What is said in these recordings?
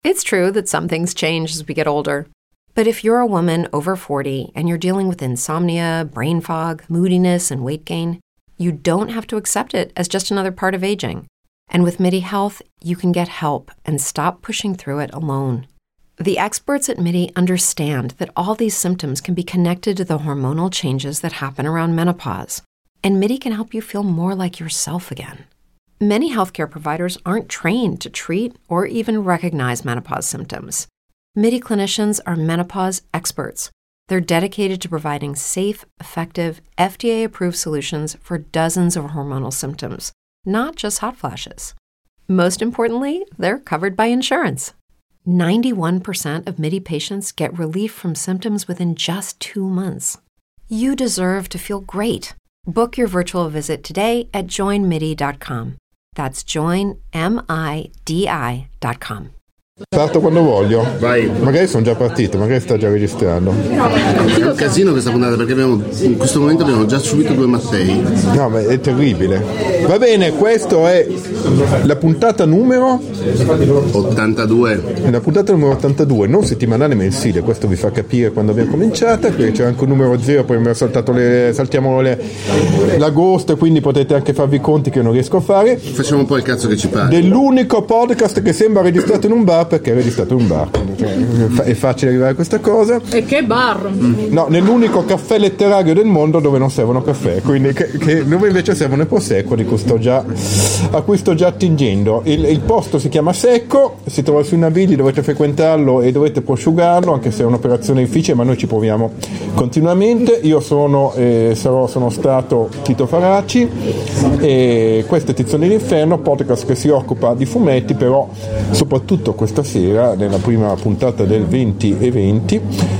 It's true that some things change as we get older. But if you're a woman over 40 and you're dealing with insomnia, brain fog, moodiness, and weight gain, you don't have to accept it as just another part of aging. And with MIDI Health, you can get help and stop pushing through it alone. The experts at MIDI understand that all these symptoms can be connected to the hormonal changes that happen around menopause, and MIDI can help you feel more like yourself again. Many healthcare providers aren't trained to treat or even recognize menopause symptoms. MIDI clinicians are menopause experts. They're dedicated to providing safe, effective, FDA-approved solutions for dozens of hormonal symptoms, not just hot flashes. Most importantly, they're covered by insurance. 91% of MIDI patients get relief from symptoms within just 2 months. You deserve to feel great. Book your virtual visit today at joinmidi.com. That's joinmidi.com. Parto quando voglio. Vai. Magari sono già partito, magari sta già registrando. È un casino questa puntata perché in questo momento abbiamo già subito 2 Mattei. No, ma è terribile. Va bene, questo è la puntata numero 82. La puntata numero 82, non settimanale, mensile. Questo vi fa capire quando abbiamo cominciato, perché c'è anche un numero 0, poi abbiamo saltiamo l'agosto, e quindi potete anche farvi conti che io non riesco a fare. Facciamo un po' il cazzo che ci pare. Dell'unico podcast che sembra registrato in un bar, perché è registrato in un bar. È facile arrivare a questa cosa. E che bar? No, nell'unico caffè letterario del mondo dove non servono caffè, quindi dove invece servono il prosecco, a cui sto già attingendo. Il posto si chiama Secco, si trova sui Navigli, dovete frequentarlo e dovete prosciugarlo, anche se è un'operazione difficile, ma noi ci proviamo continuamente. Io sono stato Tito Faraci e questo è Tizione d'Inferno, podcast che si occupa di fumetti, però soprattutto questa sera, nella prima puntata del 20 e 20,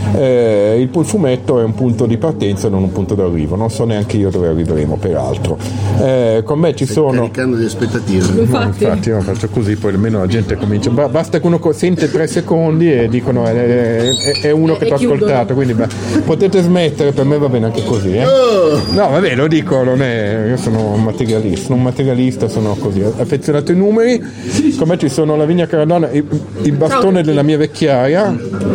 il fumetto è un punto di partenza, non un punto d'arrivo. Non so neanche io dove arriveremo, peraltro. Con me ci sono... caricando di aspettative. Infatti io faccio così, poi almeno la gente comincia. Basta che uno sente 3 secondi e dicono è uno che ti ha ascoltato, quindi potete smettere, per me va bene anche così. No, vabbè, lo dico, io sono un materialista, sono così affezionato ai numeri. Con me ci sono Lavinia Caradonna, il bastone della mia vecchiaia.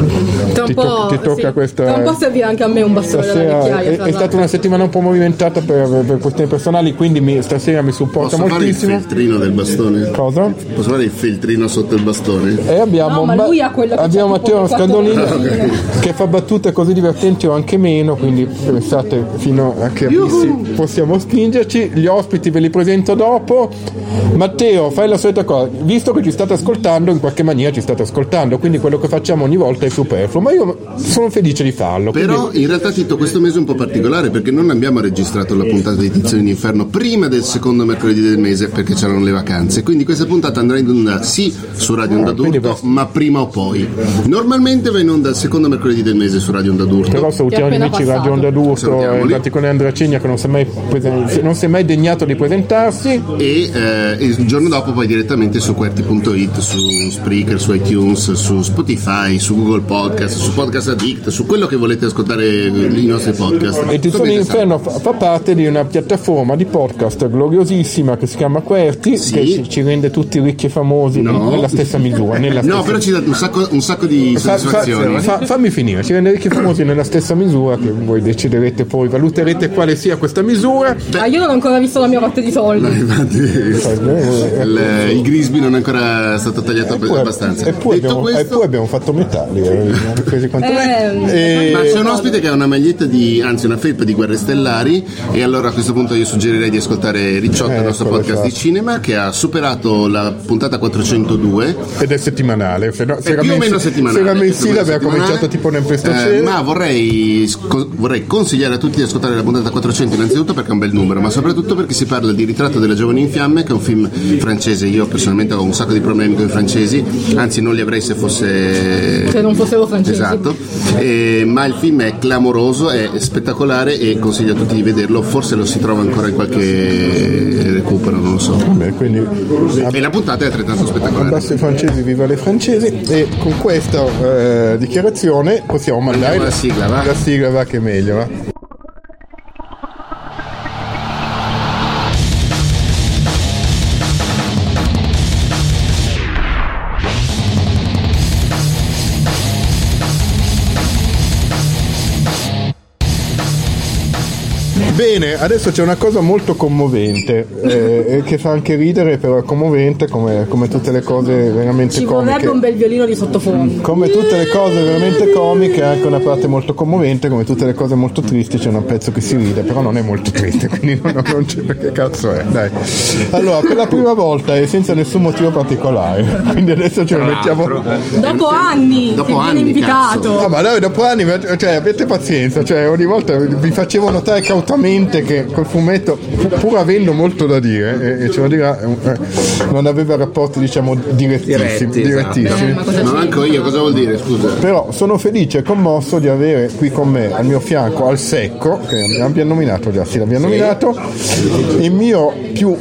Ti tocca sì. questa. Tra un po' servire anche a me un bastone della vecchiaia. È stata una settimana un po' movimentata per questioni personali, quindi stasera mi supporta moltissimo. Posso fare il filtrino del bastone? Cosa? Posso fare il filtrino sotto il bastone? E abbiamo Matteo Scandolini che fa battute così divertenti o anche meno, quindi pensate fino a che abissi possiamo spingerci. Gli ospiti ve li presento dopo. Matteo, fai la solita cosa, visto che ci state ascoltando, in qualche maniera ci state ascoltando, quindi quello che facciamo ogni volta è superfluo, ma io sono felice di farlo. Però quindi... in realtà Tito, questo mese è un po' particolare perché non abbiamo registrato la puntata di Tizione d'Inferno prima del secondo mercoledì del mese perché c'erano le vacanze, quindi questa puntata andrà in onda sì su Radio Onda d'Urto, ma prima o poi. Normalmente va in onda il secondo mercoledì del mese su Radio Onda d'Urto. Però salutiamo gli amici Radio Onda d'Urto, in particolare Andrea Cegna che non si è mai degnato di presentarsi, e il giorno dopo poi direttamente su QWERTY.it, su Spreaker, su iTunes, su Spotify, su Google Podcast, su Podcast Addict, su quello che volete ascoltare i nostri podcast. E Tizione d'Inferno fa parte di una piattaforma di podcast gloriosissima che si chiama QWERTY, sì, che ci rende tutti ricchi e famosi nella stessa misura. Però ci dà un sacco di soddisfazioni. Fammi finire, ci rende ricchi e famosi nella stessa misura, che voi deciderete poi, valuterete quale sia questa misura. Io non ho ancora visto la mia parte di soldi. Il Grisby non è ancora stato tagliato abbastanza. E poi abbiamo fatto metà. Ma c'è un ospite che ha una maglietta una felpa di Guerre Stellari, e allora a questo punto io suggerirei di ascoltare Ricciotto, il nostro podcast di cinema, che ha superato la puntata 402 ed è settimanale, se più o meno settimanale. Se era mensile aveva cominciato tipo nel Prestocelo. Ma vorrei consigliare a tutti di ascoltare la puntata 400 innanzitutto perché è un bel numero, ma soprattutto perché si parla di Ritratto della giovane in fiamme, che è un film francese. Io personalmente ho un sacco di problemi con i francesi, anzi non li avrei se non fossero francesi. Esatto. Ma il film è clamoroso, è spettacolare e consiglio a tutti di vederlo. Forse lo si trova ancora in qualche recupero, non lo so. Quindi, e la puntata è altrettanto spettacolare. Abbasso i francesi, viva le francesi. E con questa dichiarazione possiamo mandare la sigla, va? La sigla va che è meglio, va? Bene, adesso c'è una cosa molto commovente, che fa anche ridere, però è commovente come tutte le cose veramente Ci comiche. vorrebbe un bel violino di sottofondo. Come tutte le cose veramente comiche, anche una parte molto commovente, come tutte le cose molto tristi c'è un pezzo che si ride, però non è molto triste, quindi non c'è, perché cazzo è, dai. Allora, per la prima volta e senza nessun motivo particolare, quindi adesso ce lo mettiamo. Dopo anni Dopo che viene anni, invitato. No, ma dai, dopo anni, cioè, avete pazienza, cioè, ogni volta vi facevo notare cautamente che col fumetto, pur avendo molto da dire, e ce lo dirà, non aveva rapporti, diciamo, direttissimi. Ma manco io, cosa vuol dire, scusa? Però sono felice e commosso di avere qui con me, al mio fianco, al secco, che abbiamo nominato già, sì, l'abbiamo nominato, il mio più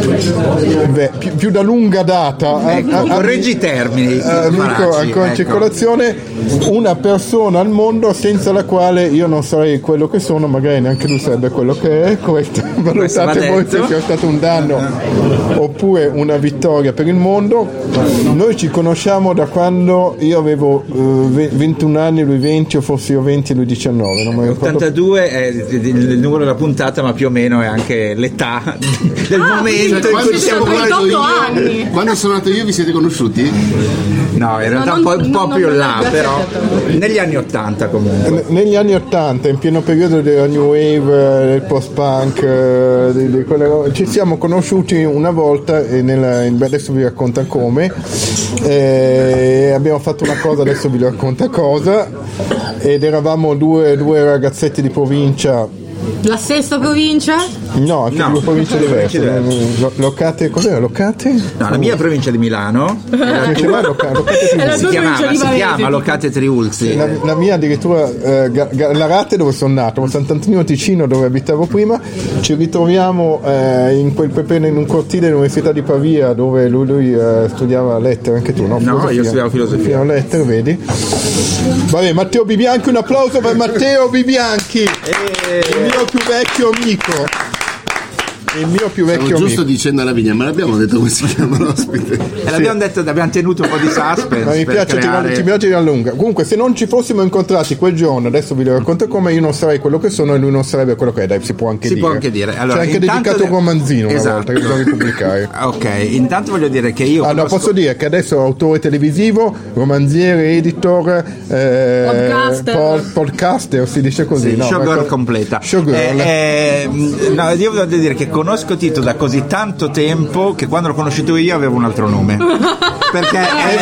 da lunga data, correggi i termini, amico ancora in circolazione, una persona al mondo senza la quale io non sarei quello che sono, magari neanche lui sarebbe quello che è. Questo valutate voi se sia stato un danno oppure una vittoria per il mondo. Noi ci conosciamo da quando io avevo 21 anni, lui 20, o forse io 20 e lui 19, non mi ricordo. 82 è il numero della puntata, ma più o meno è anche l'età del momento in cui siamo anni. Quando sono nato io vi siete conosciuti? No, in realtà un po' più là, però negli anni 80 comunque. Negli anni 80, in pieno periodo della New Wave, del post-punk, ci siamo conosciuti una volta e adesso vi racconta come, abbiamo fatto una cosa, adesso vi racconta cosa, ed eravamo due ragazzetti di provincia. La sesta provincia? No, anche due province diverse. Locate, cos'era? Locate? No, la mia provincia di Milano si chiama Locate Triulzi. La mia addirittura Larate, dove sono nato, Sant'Antonino Ticino, dove abitavo prima. Ci ritroviamo in un cortile dell'Università di Pavia, dove lui studiava lettere, anche tu, no? No, io studiavo filosofia. Lettere, vedi? Vabbè, Matteo Bibianchi, un applauso per Matteo Bibianchi, il mio più vecchio amico. Il mio più vecchio Stavo giusto amico. dicendo alla vigna, ma l'abbiamo detto come si chiama l'ospite? L'abbiamo detto, abbiamo tenuto un po' di suspense. Ma mi piace tirare a lunga. Comunque, se non ci fossimo incontrati quel giorno, adesso vi racconto come, io non sarei quello che sono e lui non sarebbe quello che è. Dai, si può anche dire. Allora, c'è anche dedicato un romanzino una volta che bisogna pubblicare. Ok, intanto voglio dire che io posso dire che adesso autore televisivo, romanziere, editor, podcaster, si dice così, sì, no? showgirl completa. No, io voglio dire che conosco Tito da così tanto tempo che quando l'ho conosciuto io avevo un altro nome. Perché è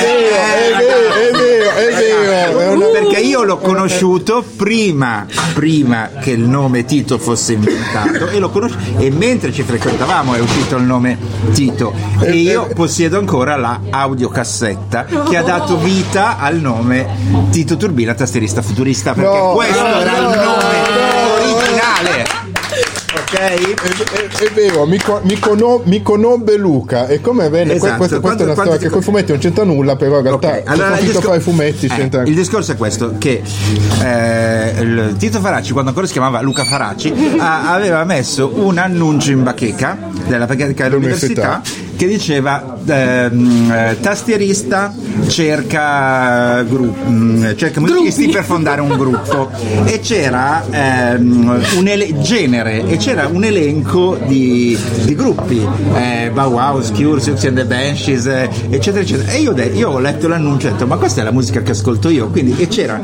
vero. Perché io l'ho conosciuto prima che il nome Tito fosse inventato, e mentre ci frequentavamo è uscito il nome Tito, e io possiedo ancora la audiocassetta che ha dato vita al nome Tito Turbina, tastierista futurista, perché questo era il nome originale. È vero, mi conobbe Luca, e come venne, esatto. questa è una storia che con i fumetti non c'entra nulla, però in realtà allora, fare fumetti c'entra. Il discorso è questo, che Tito Faracci, quando ancora si chiamava Luca Faracci, aveva messo un annuncio in bacheca dell'università che diceva tastierista cerca musicisti per fondare un gruppo, e c'era un elenco di gruppi, Bauhaus, Cure, Siouxsie and the Banshees, eccetera eccetera, e io ho letto l'annuncio e ho detto ma questa è la musica che ascolto io, quindi, e c'era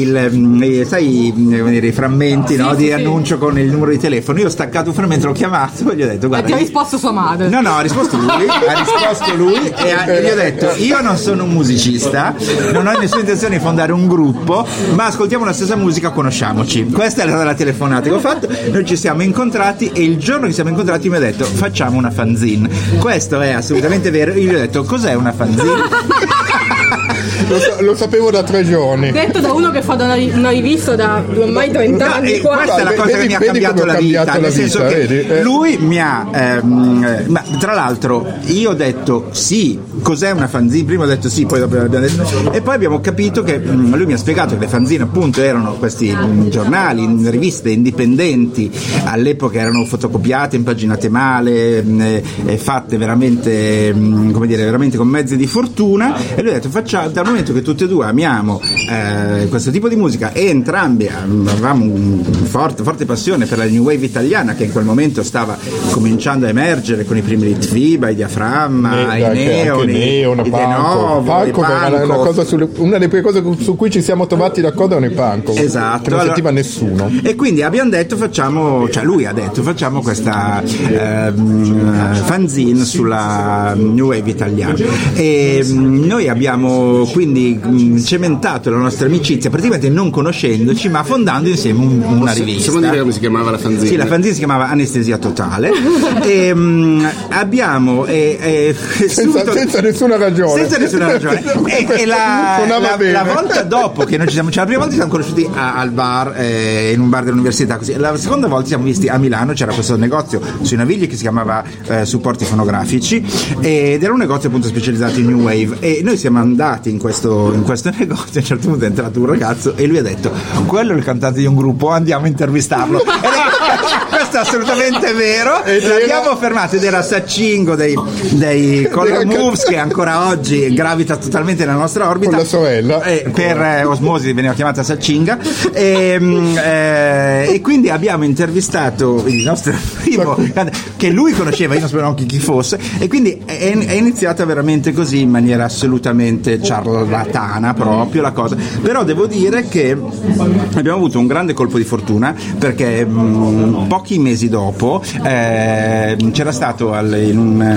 i frammenti di annuncio con il numero di telefono. Io ho staccato un frammento, l'ho chiamato e gli ho detto guarda, e ti ha risposto sua madre? No, ha risposto lui e gli ho detto io non sono un musicista, non ho nessuna intenzione di fondare un gruppo, ma ascoltiamo la stessa musica, conosciamoci. Questa è la telefonata che ho fatto. Noi ci siamo incontrati e il giorno che siamo incontrati mi ha detto facciamo una fanzine. Questo è assolutamente vero. Io gli ho detto cos'è una fanzine? Lo sapevo da 3 giorni. Detto da uno che fa una rivista da ormai 30 anni. Questa è la cosa che mi ha cambiato la vita, nel senso che lui mi ha ma tra l'altro io ho detto sì, cos'è una fanzine. Prima ho detto sì, poi dopo abbiamo detto, e poi abbiamo capito che lui mi ha spiegato che le fanzine appunto erano questi giornali, riviste indipendenti, all'epoca erano fotocopiate, impaginate male, fatte veramente, come dire, veramente con mezzi di fortuna. E lui ha detto, dal momento che tutti e due amiamo questo tipo di musica e entrambi avevamo un forte passione per la new wave italiana, che in quel momento stava cominciando a emergere con i primi Litfiba, i Diaframma, i Neoni, i Panko era una delle prime cose su cui ci siamo trovati d'accordo erano i Panko, esatto, che non sentiva nessuno, e quindi abbiamo detto lui ha detto facciamo questa fanzine sulla new wave italiana, e noi abbiamo quindi cementato la nostra amicizia praticamente non conoscendoci, ma fondando insieme una rivista. Possiamo dire come si chiamava la fanzine? Sì, la fanzine si chiamava Anestesia Totale e abbiamo senza nessuna ragione e la volta dopo che noi ci siamo, la prima volta ci siamo conosciuti al bar, in un bar dell'università, così. La seconda volta ci siamo visti a Milano, c'era questo negozio sui Navigli che si chiamava Supporti Fonografici, ed era un negozio appunto specializzato in new wave, e noi siamo andati in questo negozio. A un certo punto è entrato un ragazzo e lui ha detto, quello è il cantante di un gruppo, andiamo a intervistarlo. Questo è assolutamente vero. L'abbiamo fermato ed era Saccingo dei Color Moves, che ancora oggi gravita totalmente nella nostra orbita, con la sorella, per osmosi veniva chiamata Saccinga, e quindi abbiamo intervistato il nostro primo che lui conosceva, io non sapevo neanche chi fosse, e quindi è iniziata veramente così in maniera assolutamente ciarlatana proprio la cosa. Però devo dire che abbiamo avuto un grande colpo di fortuna, perché pochi mesi dopo c'era stato in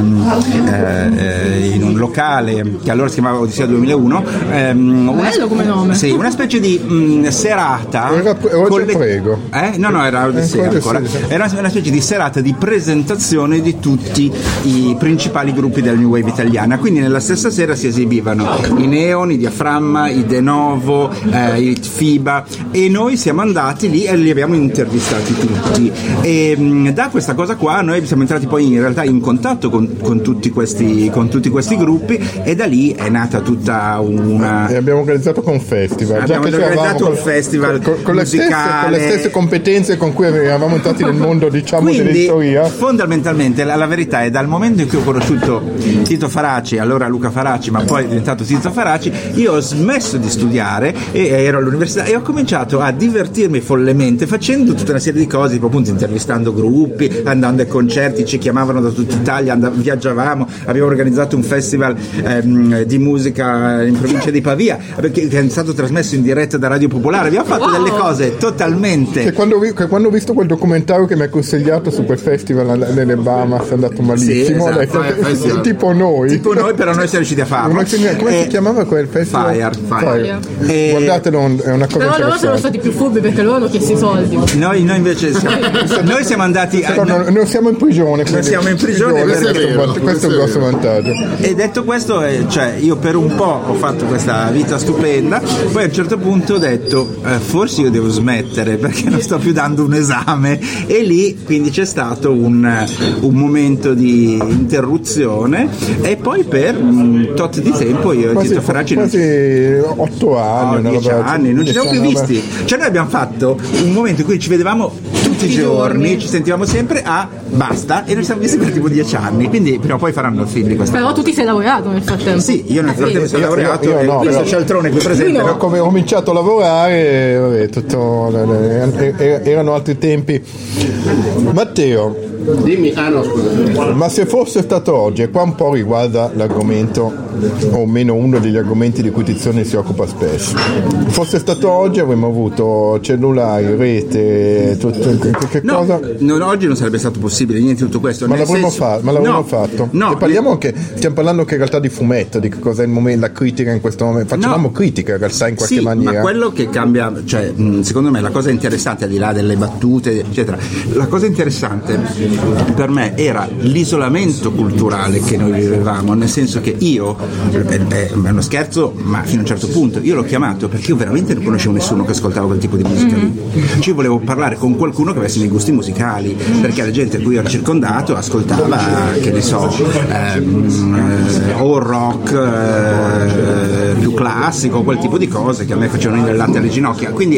un locale che allora si chiamava Odissea 2001 bello come nome. Sì, una specie di serata prego. No, era Odissea ancora. Era una specie di serata di presentazione di tutti i principali gruppi della new wave italiana, quindi nella stessa sera si esibivano i Neon, i Diaframma, i De Novo, i FIBA, e noi siamo andati lì e li abbiamo intervistati tutti, e da questa cosa qua noi siamo entrati poi in realtà in contatto con tutti questi gruppi, e da lì è nata tutta una... E abbiamo organizzato un festival, un festival con le stesse competenze con cui eravamo entrati nel mondo, diciamo, dell'editoria. Fondamentalmente la verità è, dal momento in cui ho conosciuto Tito Faraci, allora Luca Faraci, ma poi è diventato Tito Faraci, io ho smesso di studiare e ero all'università e ho cominciato a divertirmi follemente facendo tutta una serie di cose, tipo appunto intervistando gruppi, andando ai concerti, ci chiamavano da tutta Italia, viaggiavamo, abbiamo organizzato un festival di musica in provincia di Pavia, che è stato trasmesso in diretta da Radio Popolare. Abbiamo fatto delle cose totalmente... Che quando ho visto quel documentario che mi hai consigliato su quel festival nelle Bahamas è andato malissimo, sì, esatto. Tipo noi, però noi siamo riusciti a farlo. Come si chiamava quel festival? Fire. Guardatelo, è una cosa però loro sono stati più furbi perché loro hanno chiesto i soldi. Noi invece siamo andati non siamo in prigione, questo è un grosso vantaggio. E detto questo, cioè io per un po' ho fatto questa vita stupenda, poi a un certo punto ho detto forse io devo smettere perché non sto più dando un esame, e lì quindi c'è stato un momento di interruzione, e poi per un tot di tempo io e Tito Faraci quasi 8 anni, 10 anni non ci siamo più visti, cioè noi abbiamo fatto un momento in cui ci vedevamo tutti i giorni, ci sentivamo sempre basta, e noi siamo visti per tipo 10 anni, quindi prima o poi faranno il film di questa. Però tu ti sei laureato nel frattempo. Sì, io nel frattempo sono laureato, io no, questo cialtrone qui presente, no? Come ho cominciato a lavorare, erano altri tempi. Matteo, dimmi. No, scusa. Ma se fosse stato oggi, e qua un po' riguarda l'argomento, o meno uno degli argomenti di cui Tizione si occupa spesso, fosse stato oggi avremmo avuto cellulari, rete, cosa? Oggi non sarebbe stato possibile niente di tutto questo. Ma l'avremmo fatto. No, e stiamo parlando anche in realtà di fumetto, di che cosa è il momento, la critica in questo momento. Facciamo critica in realtà in qualche maniera. Ma quello che cambia, cioè secondo me la cosa interessante, al di là delle battute eccetera, la cosa interessante per me era l'isolamento culturale che noi vivevamo, nel senso che io, è uno scherzo ma fino a un certo punto, io l'ho chiamato perché io veramente non conoscevo nessuno che ascoltava quel tipo di musica lì, cioè volevo parlare con qualcuno che avesse i miei gusti musicali, perché la gente a cui cui ero circondato ascoltava, che ne so, o rock più classico, quel tipo di cose che a me facevano venire il latte alle ginocchia. Quindi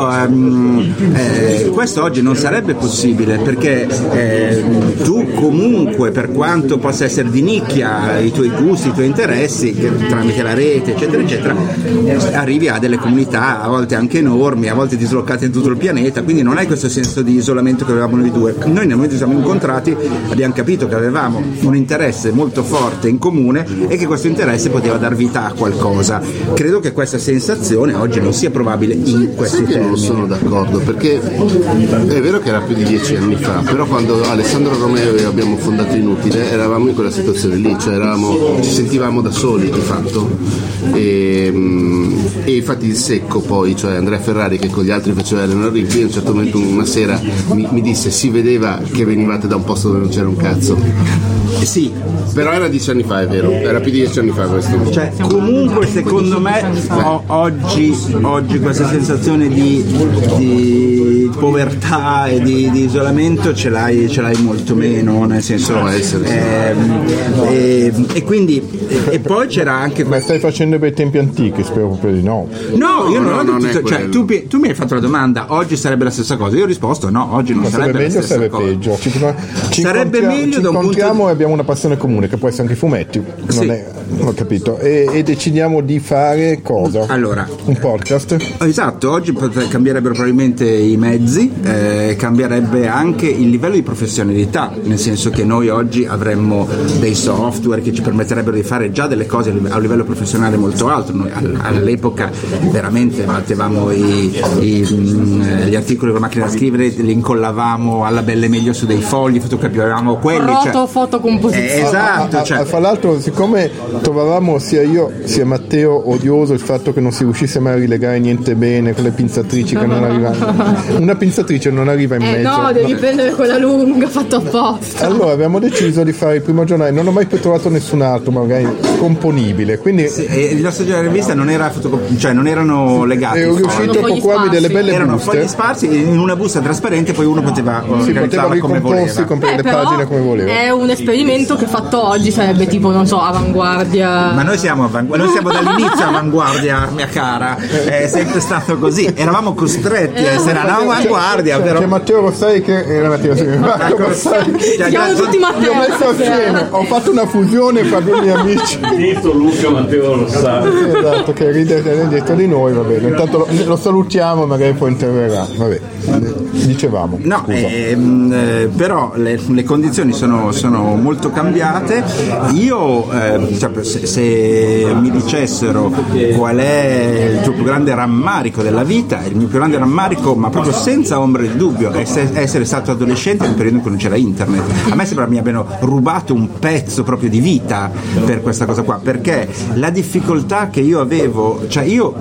questo oggi non sarebbe possibile, perché tu comunque, per quanto possa essere di nicchia i tuoi gusti, i tuoi interessi, tramite la rete eccetera eccetera, arrivi a delle comunità a volte anche enormi, a volte dislocate in tutto il pianeta, quindi non hai questo senso di isolamento che avevamo noi due. Noi nel momento in cui siamo incontrati abbiamo capito che avevamo un interesse molto forte in comune e che questo interesse poteva dar vita a qualcosa. Credo che questa sensazione oggi non sia probabile in questi termini. Non sono d'accordo, perché è vero che era più di 10 anni fa, però quando Alessandro Romeo e io abbiamo fondato Inutile eravamo in quella situazione lì, cioè ci sentivamo da soli di fatto, e infatti il secco poi, cioè Andrea Ferrari che con gli altri faceva Eleanor Rigby, a un certo momento una sera mi disse: si vedeva che venivate da un posto dove non c'era un cazzo. Sì, però era 10 anni fa, è vero, era più di 10 anni fa questo. Cioè, comunque secondo me oggi questa sensazione di povertà e di isolamento ce l'hai molto meno, nel senso e quindi e poi c'era anche ma stai facendo per i tempi antichi, spero proprio di no. No, io non ho detto, cioè tu mi hai fatto la domanda, oggi sarebbe la stessa cosa, io ho risposto no, oggi non sarebbe la stessa sarebbe cosa. Peggio. Sarebbe meglio da un punto e abbiamo una passione comune che può essere anche i fumetti, ho capito, e decidiamo di fare cosa? Allora, un podcast? Esatto, oggi cambierebbero probabilmente i mezzi, cambierebbe anche il livello di professionalità, nel senso che noi oggi avremmo dei software che ci permetterebbero di fare già delle cose a un livello professionale molto alto. Noi all'epoca veramente battevamo gli articoli con la macchina da scrivere, li incollavamo alla belle meglio su dei fogli, fotocopivamo quelli, fotocomposizione. Esatto, fra l'altro, siccome trovavamo sia io sia Matteo odioso il fatto che non si riuscisse mai a rilegare niente bene con le pinzatrici che non arrivavano, una pinzatrice non arriva in mezzo, no, devi prendere quella lunga fatta apposta. Allora abbiamo deciso di fare il primo giornale, non ho mai più trovato nessun altro magari componibile, quindi il nostro giornale di rivista non era cioè non erano legati, ho riuscito a procurarmi delle belle erano buste, fogli sparsi in una busta trasparente, poi uno poteva ricomporsi, comprare le pagine come voleva. È un esperimento che fatto oggi sarebbe tipo, non so, avanguardia. Ma noi siamo dall'inizio avanguardia, mia cara, è sempre stato così, eravamo costretti a essere all'avanguardia, però c'è Matteo Rossai che era Matteo Rossai, siamo tutti Matteo, ho messo assieme, ho fatto una fusione fra due miei amici, Luca Matteo Rossai, esatto, che ride dietro di noi, va bene, intanto lo salutiamo, magari poi interverrà, vabbè, dicevamo no, però le condizioni sono molto cambiate. Io se mi dicessero qual è il tuo più grande rammarico della vita, il mio più grande rammarico, ma proprio senza ombra di dubbio, è essere stato adolescente nel periodo in cui non c'era internet. A me sembra mi abbiano rubato un pezzo proprio di vita per questa cosa qua, perché la difficoltà che io avevo, cioè io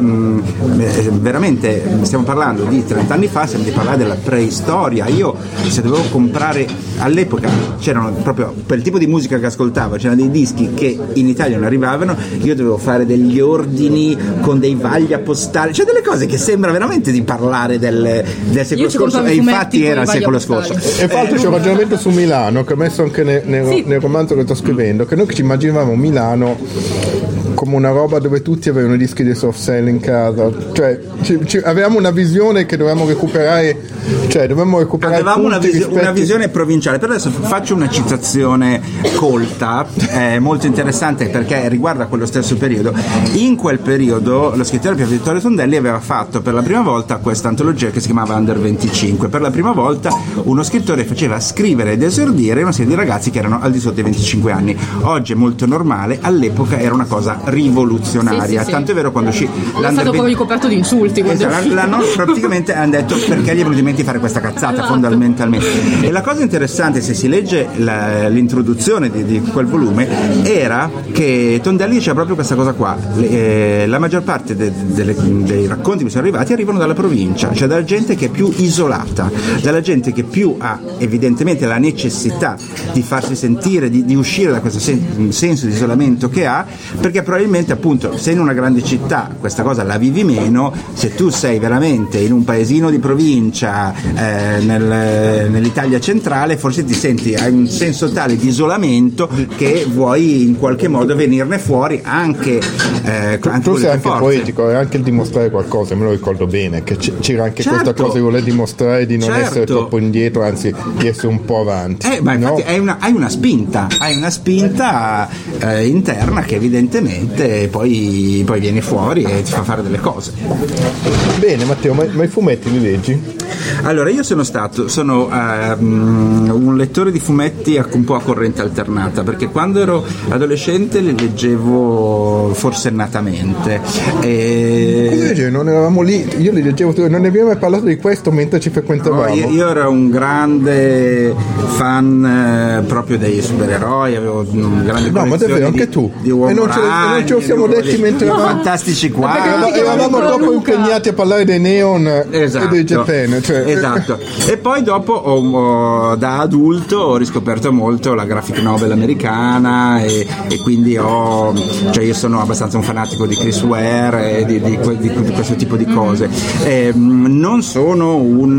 veramente stiamo parlando di 30 anni fa, stiamo di parlare della preistoria. Io se dovevo comprare, all'epoca c'erano proprio quel tipo di musica che ascoltavo, c'erano dei dischi che in Italia non arrivavano, io dovevo fare degli ordini con dei vaglia postali, cioè delle cose che sembra veramente di parlare del secolo scorso, e infatti era il secolo scorso. E fra l'altro c'è un ragionamento su Milano che ho messo anche nel romanzo che sto scrivendo, che noi ci immaginavamo Milano come una roba dove tutti avevano i dischi di soft cell in casa, cioè avevamo una visione che dovevamo recuperare, avevamo una visione provinciale. Per adesso faccio una citazione colta, molto interessante, perché riguarda quello stesso periodo. In quel periodo lo scrittore Pier Vittorio Tondelli aveva fatto per la prima volta questa antologia che si chiamava Under 25. Per la prima volta uno scrittore faceva scrivere ed esordire una serie di ragazzi che erano al di sotto dei 25 anni. Oggi è molto normale, all'epoca era una cosa rivoluzionaria, sì. Tanto è vero quando uscì è stato poi ricoperto di insulti, praticamente hanno detto perché gli è venuto in mente di fare questa cazzata, esatto. Fondamentalmente. E la cosa interessante, se si legge l'introduzione di quel volume, era che Tondelli diceva proprio questa cosa qua: la maggior parte dei racconti che sono arrivano dalla provincia, cioè dalla gente che è più isolata, dalla gente che più ha evidentemente la necessità di farsi sentire, di uscire da questo senso di isolamento che ha, perché probabilmente probabilmente appunto se in una grande città questa cosa la vivi meno, se tu sei veramente in un paesino di provincia nell'Italia centrale, forse ti senti, hai un senso tale di isolamento che vuoi in qualche modo venirne fuori anche tu sei anche poetico, e anche il dimostrare qualcosa, me lo ricordo bene che c'era anche questa cosa di voler dimostrare di non essere troppo indietro, anzi di essere un po' avanti, ma infatti hai una spinta interna che evidentemente poi vieni fuori e ti fa fare delle cose. Bene Matteo, ma i fumetti li leggi? Allora io sono un lettore di fumetti un po' a corrente alternata, perché quando ero adolescente li leggevo forsennatamente non eravamo lì, io li leggevo, non ne abbiamo mai parlato di questo mentre ci frequentavamo. Io ero un grande fan proprio dei supereroi, avevo un grande ma davvero anche tu di Uomo e non ce lo siamo detti mentre Fantastici Quattro, eravamo troppo impegnati a parlare dei Neon e dei Japan, esatto. E poi dopo da adulto ho riscoperto molto la graphic novel americana e quindi io sono abbastanza un fanatico di Chris Ware e di questo tipo di cose. Non sono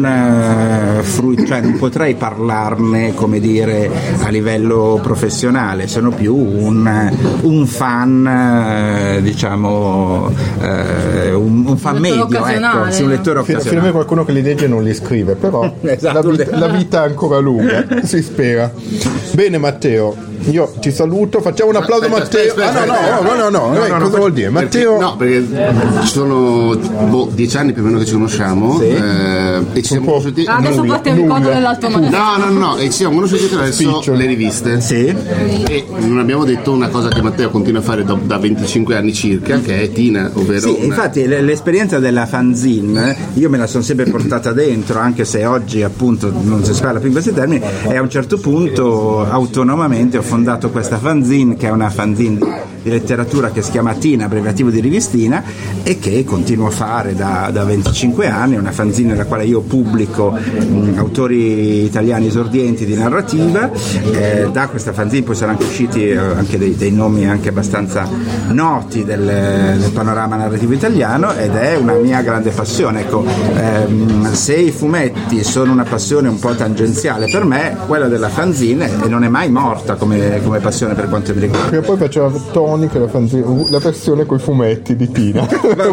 non potrei parlarne, come dire, a livello professionale, sono più un fan, diciamo, un fan medio, ecco, sì, un lettore occasionale. Fino a me qualcuno che li legge non li scrive, però esatto, la vita è ancora lunga, si spera. Bene Matteo, io ti saluto, facciamo un applauso a Matteo. No, cosa vuol dire? Matteo? No, perché ci sono 10 anni più o meno che ci conosciamo, e ci siamo conosciuti. Adesso partiamo il conto dell'alto mare. No, e ci siamo conosciuti attraverso le riviste. Sì. E non abbiamo detto una cosa che Matteo continua a fare da 25 anni circa, che è Tina, ovvero. Sì, infatti l'esperienza della fanzine io me la sono sempre portata dentro, anche se oggi appunto non si parla più in questi termini, e a un certo punto autonomamente ho fondato questa fanzine, che è una fanzine di letteratura che si chiama Tina, abbreviativo di rivistina, e che continuo a fare da 25 anni, una fanzine nella quale io pubblico autori italiani esordienti di narrativa. Da questa fanzine poi sono anche usciti anche dei nomi anche abbastanza noti del panorama narrativo italiano, ed è una mia grande passione. Ecco, se i fumetti sono una passione un po' tangenziale per me, quella della fanzine non è mai morta come passione per quanto mi riguarda. E poi faceva Tony, che la versione coi fumetti di Tina.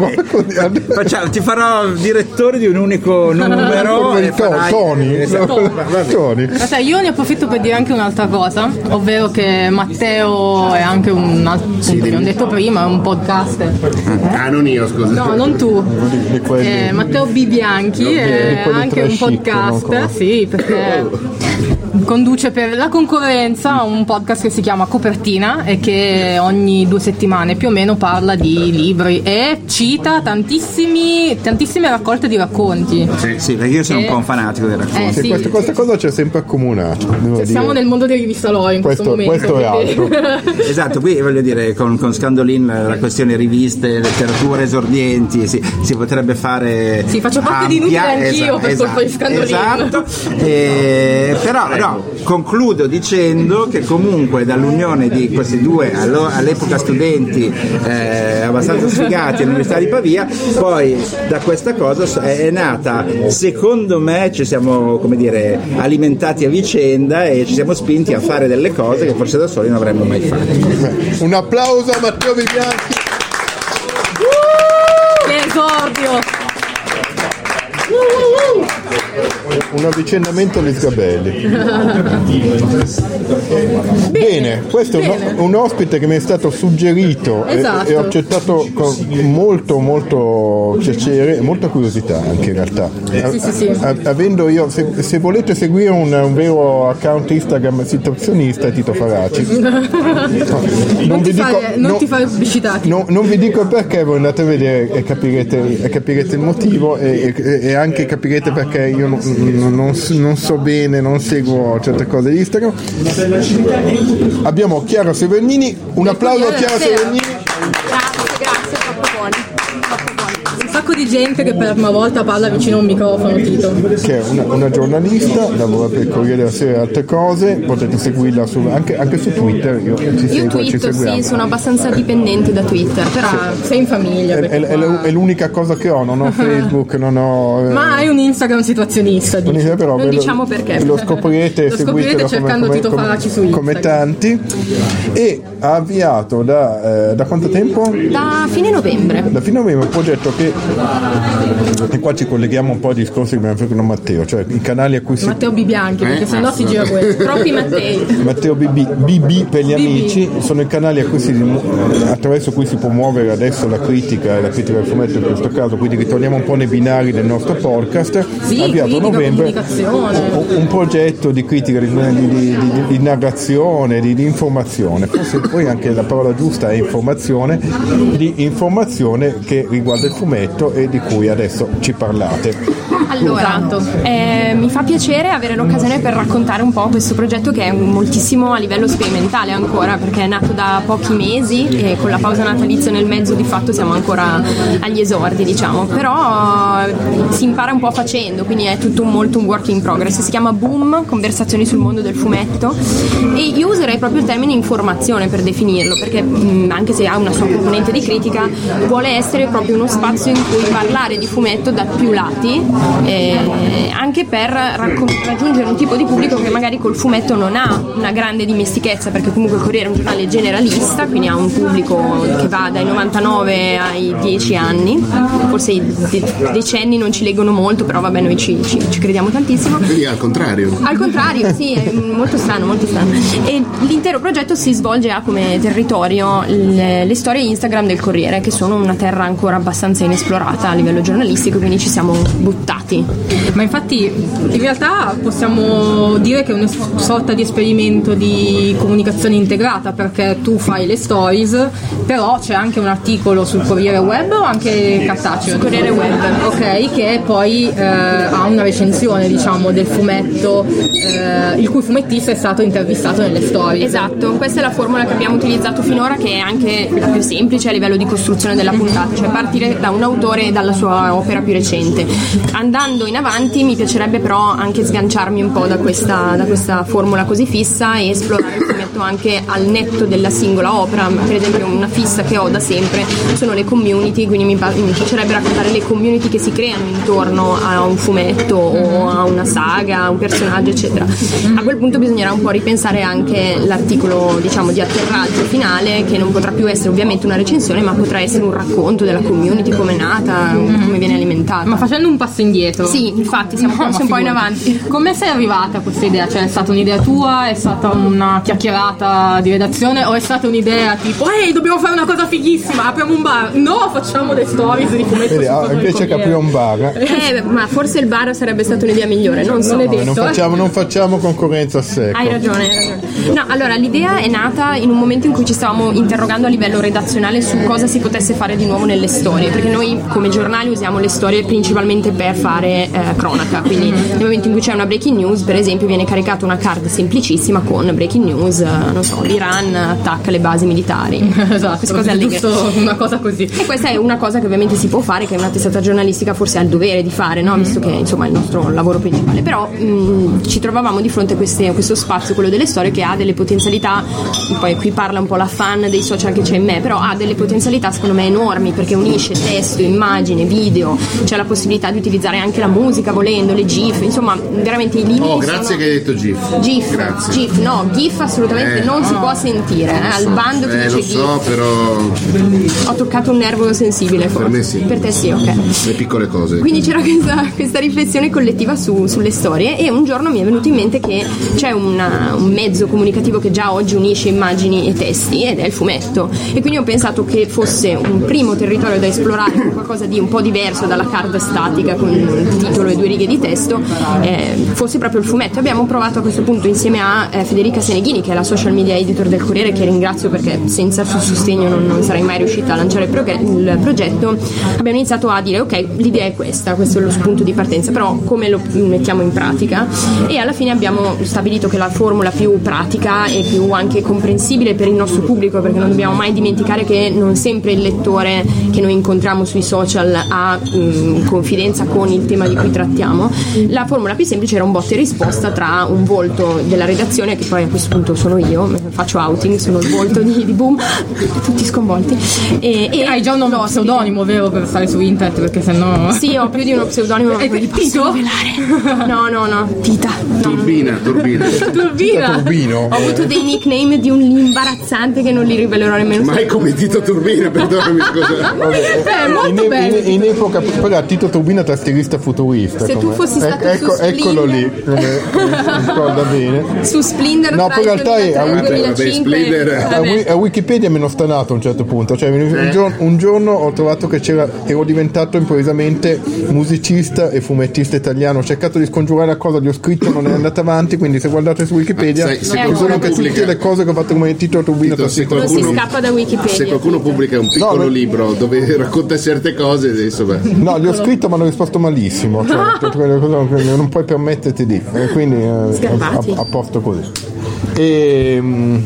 Ti farò direttore di un unico numero. Tony. Io ne approfitto per dire anche un'altra cosa, ovvero che Matteo è anche abbiamo detto prima, è un podcaster. Non io, scusa. No, non tu. Matteo Bibianchi è anche un podcaster, sì, perché conduce per la concorrenza un podcast che si chiama Copertina e che ogni 2 settimane più o meno parla di libri e cita tantissime raccolte di racconti. Sì, perché io sono un po' un fanatico dei racconti. Sì. Questa cosa ci ha sempre accomunato. Siamo nel mondo dei rivista Loi in questo momento. Questo è altro. Esatto, qui voglio dire, con Scandolin la questione riviste, letteratura, esordienti, si potrebbe fare. Sì, faccio parte di Inutile anch'io per colpa di Scandolin. Esatto. Però no, concludo dicendo che comunque dall'unione di questi due all'epoca studenti abbastanza sfigati all'Università di Pavia, poi da questa cosa è nata, secondo me ci siamo, come dire, alimentati a vicenda e ci siamo spinti a fare delle cose che forse da soli non avremmo mai fatto. Un applauso a Matteo Bibianchi. Che esordio! Un avvicendamento agli sgabelli. Bene, questo è un ospite che mi è stato suggerito, esatto, e ho accettato con molto piacere e molta curiosità anche in realtà. Sì. Avendo io, se volete seguire un vero account Instagram situazionista, è Tito Faraci. Non ti fare pubblicità. Non vi dico perché, voi andate a vedere e capirete il motivo e anche capirete perché io non so bene, non seguo certe cose di Instagram. Abbiamo Chiara Severnini, un applauso a Chiara Severnini. Grazie, troppo buoni. Un sacco sacco di gente che per la prima volta parla vicino a un microfono, Tito. Che è una giornalista, lavora per il Corriere della Sera e altre cose, potete seguirla anche su Twitter. Io tweeto, sì, sono abbastanza dipendente da Twitter, però sei in famiglia. È l'unica cosa che ho, non ho Facebook, non ho... Ma hai un Instagram situazionista, però non diciamo perché. Lo scoprirete cercando Tito Faraci su Instagram. Come tanti. E ha avviato da quanto tempo? Da fine novembre. Da fine novembre un progetto e qua ci colleghiamo un po' ai discorsi che abbiamo fatto con Matteo, cioè i canali a cui Matteo Bibianchi, perché sennò si gira questo. Troppi Mattei. Matteo BB per gli amici sono i canali attraverso cui si può muovere adesso la critica e la critica del fumetto in questo caso, quindi ritorniamo un po' nei binari del nostro podcast. Sì, avviato a novembre un progetto di critica, di narrazione, di informazione, forse poi anche la parola giusta è informazione, di informazione che riguarda il fumetto e di cui adesso ci parlate. Allora, mi fa piacere avere l'occasione per raccontare un po' questo progetto che è moltissimo a livello sperimentale ancora, perché è nato da pochi mesi e con la pausa natalizia nel mezzo di fatto siamo ancora agli esordi, diciamo, però si impara un po' facendo, quindi è tutto molto un work in progress. Si chiama Boom, conversazioni sul mondo del fumetto, e io userei proprio il termine informazione per definirlo, perché anche se ha una sua componente di critica vuole essere proprio uno spazio in cui parlare di fumetto da più lati, anche per raggiungere un tipo di pubblico che magari col fumetto non ha una grande dimestichezza, perché comunque il Corriere è un giornale generalista, quindi ha un pubblico che va dai 99 ai 10 anni, forse i decenni non ci leggono molto, però vabbè, noi ci crediamo tantissimo. Quindi al contrario, sì, è molto strano. E l'intero progetto si svolge a come territorio le storie Instagram del Corriere, che sono una terra ancora abbastanza inesplorata a livello giornalistico, quindi ci siamo buttati. Ma infatti in realtà possiamo dire che è una sorta di esperimento di comunicazione integrata, perché tu fai le stories, però c'è anche un articolo sul Corriere Web o anche cartaceo? Sul Corriere Web, ok, che poi ha una recensione, diciamo, del fumetto, il cui fumettista è stato intervistato nelle stories. Esatto, questa è la formula che abbiamo utilizzato finora, che è anche la più semplice a livello di costruzione della puntata, cioè partire da un autore e dalla sua opera più recente. Andando in avanti mi piacerebbe però anche sganciarmi un po' da questa formula così fissa e esplorare il fumetto anche al netto della singola opera. Per esempio una fissa che ho da sempre sono le community, quindi mi piacerebbe raccontare le community che si creano intorno a un fumetto o a una saga, a un personaggio, eccetera. A quel punto bisognerà un po' ripensare anche l'articolo, diciamo, di atterraggio finale, che non potrà più essere ovviamente una recensione, ma potrà essere un racconto della community, come è nata, come viene alimentata. Ma facendo un passo indietro. Sì, infatti siamo un po' in avanti. Come sei arrivata a questa idea? Cioè è stata un'idea tua? È stata una chiacchierata di redazione? O è stata un'idea tipo ehi, dobbiamo fare una cosa fighissima, apriamo un bar? No, facciamo le stories di fumetto. Invece che aprire un bar, ma forse il bar sarebbe stata un'idea migliore, non so. Non facciamo concorrenza a secco. Hai ragione. No, allora l'idea è nata in un momento in cui ci stavamo interrogando a livello redazionale su cosa si potesse fare di nuovo nelle storie, perché noi come giornali usiamo le storie principalmente per fare cronaca, quindi nel momento in cui c'è una breaking news, per esempio, viene caricata una card semplicissima con breaking news, non so, l'Iran attacca le basi militari. Esatto, queste cose allegre. Giusto una cosa così. E questa è una cosa che ovviamente si può fare, che una testata giornalistica forse ha il dovere di fare, no? Visto che insomma è il nostro lavoro principale, però ci trovavamo di fronte a questo spazio, quello delle storie, che ha delle potenzialità, poi qui parla un po' la fan dei social che c'è in me, però ha delle potenzialità secondo me enormi, perché unisce testo, immagine, video, c'è la possibilità di utilizzare anche la musica volendo, le GIF, insomma veramente i limiti. Grazie che hai detto GIF. Grazie. GIF, no, GIF assolutamente non si può sentire, al bando ti dice lo so, GIF. però ho toccato un nervo sensibile forse. Per me sì. Per te sì, ok. Le piccole cose. Quindi c'era questa riflessione collettiva sulle storie, e un giorno mi è venuto in mente che c'è un mezzo comunicativo che già oggi unisce immagini e testi, ed è il fumetto, e quindi ho pensato che fosse un primo territorio da esplorare, con qualcosa di un po' diverso dalla card statica con il titolo e 2 righe di testo, fosse proprio il fumetto. Abbiamo provato a questo punto insieme a Federica Seneghini, che è la social media editor del Corriere, che ringrazio perché senza il suo sostegno non sarei mai riuscita a lanciare il progetto, abbiamo iniziato a dire ok, l'idea è questo è lo spunto di partenza, però come lo mettiamo in pratica? E alla fine abbiamo stabilito che la formula più pratica e più anche comprensibile per il nostro pubblico, perché non dobbiamo mai dimenticare che non sempre il lettore che noi incontriamo sui social ha confidenza con il tema di cui trattiamo. La formula più semplice era un botta e risposta tra un volto della redazione, che poi a questo punto sono io, faccio outing, sono il volto di Boom, tutti sconvolti, e hai già uno pseudonimo, vero, per stare su internet, perché sennò sì, ho più di uno pseudonimo, ma quelli posso rivelare. No, Tita. Turbina. Turbino. Ho avuto dei nickname di un imbarazzante che non li rivelerò nemmeno. Ma è come Tito Turbina, perdonami, scusa. Molto bene. In epoca, però Tito Turbina trasferista futurista. Se tu fossi stato su Splinter, eccolo lì, ricorda bene. Su Splinter, no, poi in realtà 2005, a Wikipedia mi hanno stanato a un certo punto, cioè un giorno ho trovato che ero diventato improvvisamente musicista e fumettista italiano, ho cercato di scongiurare la cosa, gli ho scritto, non è andata avanti, quindi se guardate su Wikipedia ci sono anche tutte le cose che ho fatto come Tito Turbina. Non si scappa da Wikipedia. Se qualcuno pubblica un piccolo libro dove racconta certe cose, adesso no, gli ho scritto ma hanno risposto malissimo, cioè, non puoi permetterti di, quindi a posto così. E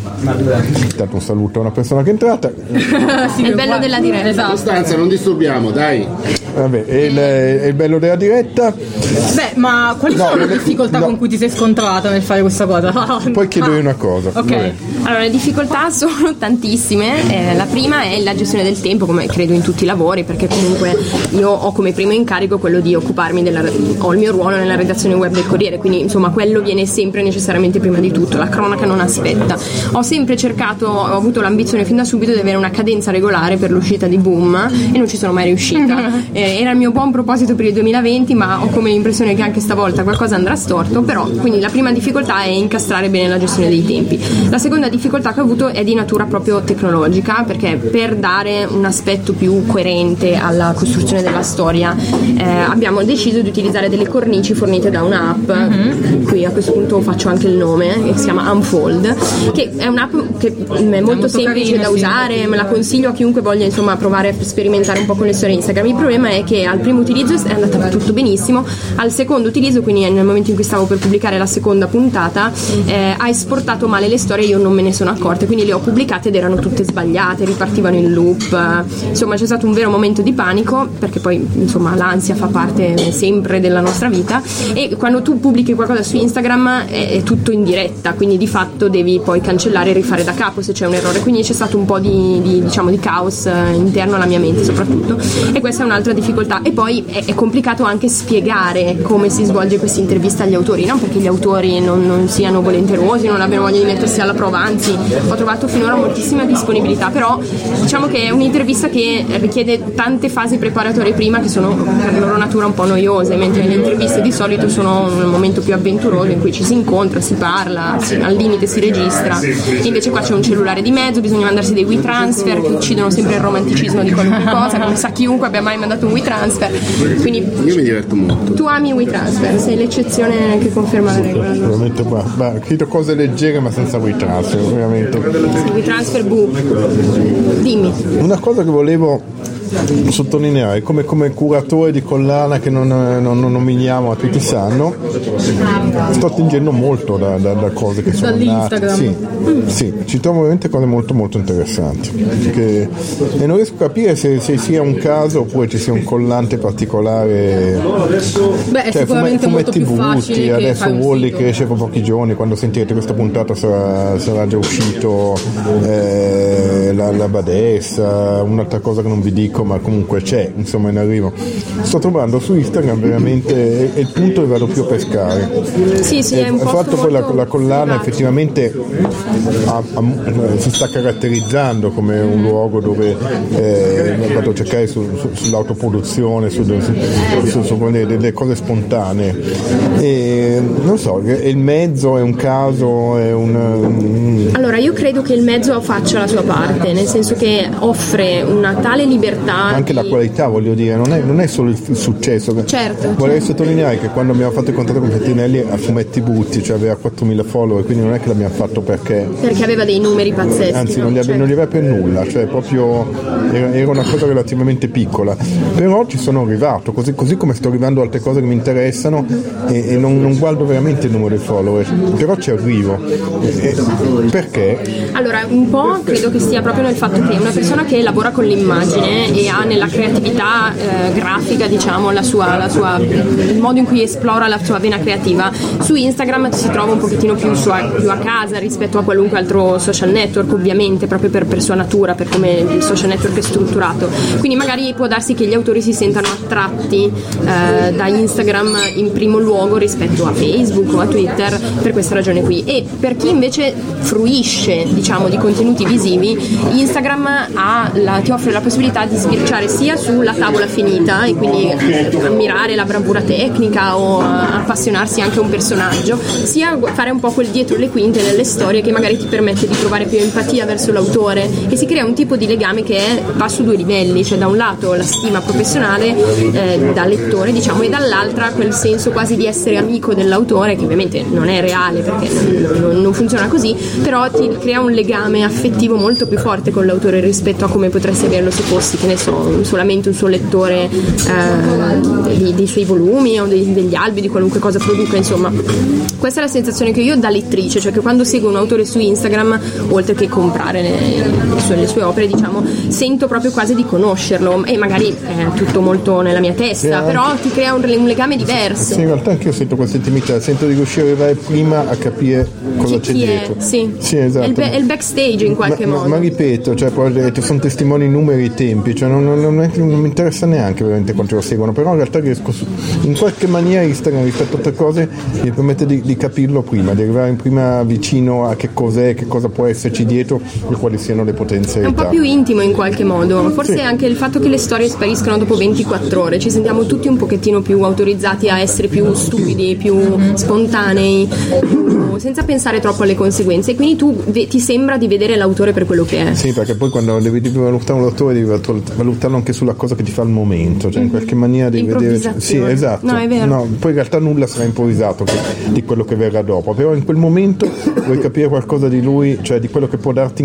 intanto un saluto a una persona che è entrata. Sì, è il bello della diretta. Esatto. Costanza, non disturbiamo, dai. Vabbè, è il bello della diretta. Beh, ma quali sono le difficoltà con cui ti sei scontrata nel fare questa cosa? Poi chiedo io una cosa. Ok. Vabbè. Allora, le difficoltà sono tantissime. La prima è la gestione del tempo, come credo in tutti i lavori, perché comunque io ho come primo incarico quello di occuparmi ho il mio ruolo nella redazione web del Corriere, quindi insomma quello viene sempre necessariamente prima di tutto, la cronaca non aspetta. Ho sempre ho avuto l'ambizione fin da subito di avere una cadenza regolare per l'uscita di Boom e non ci sono mai riuscita. Era il mio buon proposito per il 2020, ma ho come l'impressione che anche stavolta qualcosa andrà storto, però quindi la prima difficoltà è incastrare bene la gestione dei tempi. La seconda difficoltà che ho avuto è di natura proprio tecnologica, perché per dare un aspetto più coerente alla costruzione della storia abbiamo deciso di utilizzare delle cornici fornite da un'app, qui a questo punto faccio anche il nome, che si chiama Unfold, che è un'app che è molto semplice da usare, me la consiglio a chiunque voglia insomma provare a sperimentare un po' con le storie Instagram. Il problema è che al primo utilizzo è andata tutto benissimo, al secondo utilizzo, quindi nel momento in cui stavo per pubblicare la seconda puntata, ha esportato male le storie, io non me ne sono accorta, quindi le ho pubblicate ed erano tutte sbagliate, ripartivano in loop, insomma c'è stato un vero momento di panico, perché poi insomma l'ansia fa parte sempre della nostra vita, e quando tu pubblichi qualcosa su Instagram è tutto in diretta, quindi di fatto devi poi cancellare e rifare da capo se c'è un errore, quindi c'è stato un po' di caos interno alla mia mente soprattutto, e questa è un'altra difficoltà. E poi è complicato anche spiegare come si svolge questa intervista agli autori, non perché gli autori non siano volenterosi, non abbiano voglia di mettersi alla prova, anzi ho trovato finora moltissima disponibilità, però diciamo che è un'intervista che richiede tante fasi preparatorie prima, che sono per loro natura un po' noiose, mentre le interviste di solito sono un momento più avventuroso in cui ci si incontra, si parla, al limite si registra, e invece qua c'è un cellulare di mezzo, bisogna mandarsi dei WeTransfer che uccidono sempre il romanticismo di qualunque cosa, come sa chiunque abbia mai mandato un WeTransfer, quindi io mi diverto molto. Tu ami WeTransfer, sei l'eccezione che conferma la regola. Ovviamente chiedo cose leggere ma senza WeTransfer, ovviamente. WeTransfer dimmi. Una cosa che volevo sottolineare, come curatore di collana che non nominiamo, ma tutti sanno, sto attingendo molto da cose che sono nate. Sì, ci trovo veramente cose molto molto interessanti, e non riesco a capire se sia un caso oppure ci sia un collante particolare. Beh, è sicuramente molto più facile. Adesso Wall-E che esce per pochi giorni, quando sentirete questa puntata sarà già uscito la Badessa, un'altra cosa che non vi dico ma comunque c'è, insomma, in arrivo. Sto trovando su Instagram veramente è il punto dove vado più a pescare. Sì, è un po' fatto poi la collana effettivamente si sta caratterizzando come un luogo dove vado a cercare sull'autoproduzione, su delle cose spontanee, e non so, il mezzo è un caso, Allora io credo che il mezzo faccia la sua parte, nel senso che offre una tale libertà risultati. Anche la qualità, voglio dire, non è solo il successo. Certo. Vorrei sottolineare che quando abbiamo fatto il contratto con Pettinelli a Fumetti Butti, cioè aveva 4.000 follower, quindi non è che l'abbiamo fatto perché aveva dei numeri pazzeschi. Anzi, non li aveva per nulla, cioè proprio era una cosa relativamente piccola. Però ci sono arrivato, così come sto arrivando altre cose che mi interessano e non guardo veramente il numero dei follower, però ci arrivo. Perché? Allora, un po' credo che stia proprio nel fatto che una persona che lavora con l'immagine e ha nella creatività grafica, diciamo, il modo in cui esplora la sua vena creativa, su Instagram si trova un pochettino più a casa rispetto a qualunque altro social network, ovviamente, proprio per sua natura, per come il social network è strutturato. Quindi magari può darsi che gli autori si sentano attratti da Instagram in primo luogo rispetto a Facebook o a Twitter per questa ragione qui. E per chi invece fruisce, diciamo, di contenuti visivi, Instagram ti offre la possibilità di sbirciare sia sulla tavola finita e quindi ammirare la bravura tecnica o appassionarsi anche a un personaggio, sia fare un po' quel dietro le quinte nelle storie che magari ti permette di provare più empatia verso l'autore, e si crea un tipo di legame che va su due livelli, cioè da un lato la stima professionale da lettore, diciamo, e dall'altra quel senso quasi di essere amico dell'autore, che ovviamente non è reale perché non funziona così, però ti crea un legame affettivo molto più forte con l'autore rispetto a come potresti averlo se fossi, che ne so, solamente un suo lettore dei suoi volumi o degli albi, di qualunque cosa produca, insomma. Questa è la sensazione che io ho da lettrice, cioè che quando seguo un autore su Instagram, oltre che comprare le sue opere, diciamo, sento proprio quasi di conoscerlo, e magari è tutto molto nella mia testa, però ti crea un legame diverso. Sì, in realtà anche io sento questa intimità, sento di riuscire a arrivare prima a capire cosa c'è dietro. Sì, esatto. È il backstage in qualche modo. Ma ripeto, cioè, poi sono testimoni, numeri e tempi, cioè non mi interessa neanche veramente quanto lo seguono, però in realtà riesco in qualche maniera Instagram rispetto a altre cose mi permette di capirlo prima, di arrivare prima vicino a che cos'è, che cosa può esserci dietro e quali siano le potenzialità. È un po' più intimo in qualche modo, forse anche il fatto che le storie spariscono dopo 24 ore, ci sentiamo tutti un pochettino più autorizzati a essere più stupidi, più spontanei, senza pensare troppo alle conseguenze, e quindi tu ti sembra di vedere l'autore per quello che è. Sì, perché poi quando devi valutare un autore devi valutarlo anche sulla cosa che ti fa al momento, cioè in qualche maniera devi vedere. Sì, esatto. No, è vero. No, poi in realtà nulla sarà improvvisato di quello che verrà dopo, però in quel momento vuoi capire qualcosa di lui, cioè di quello che può darti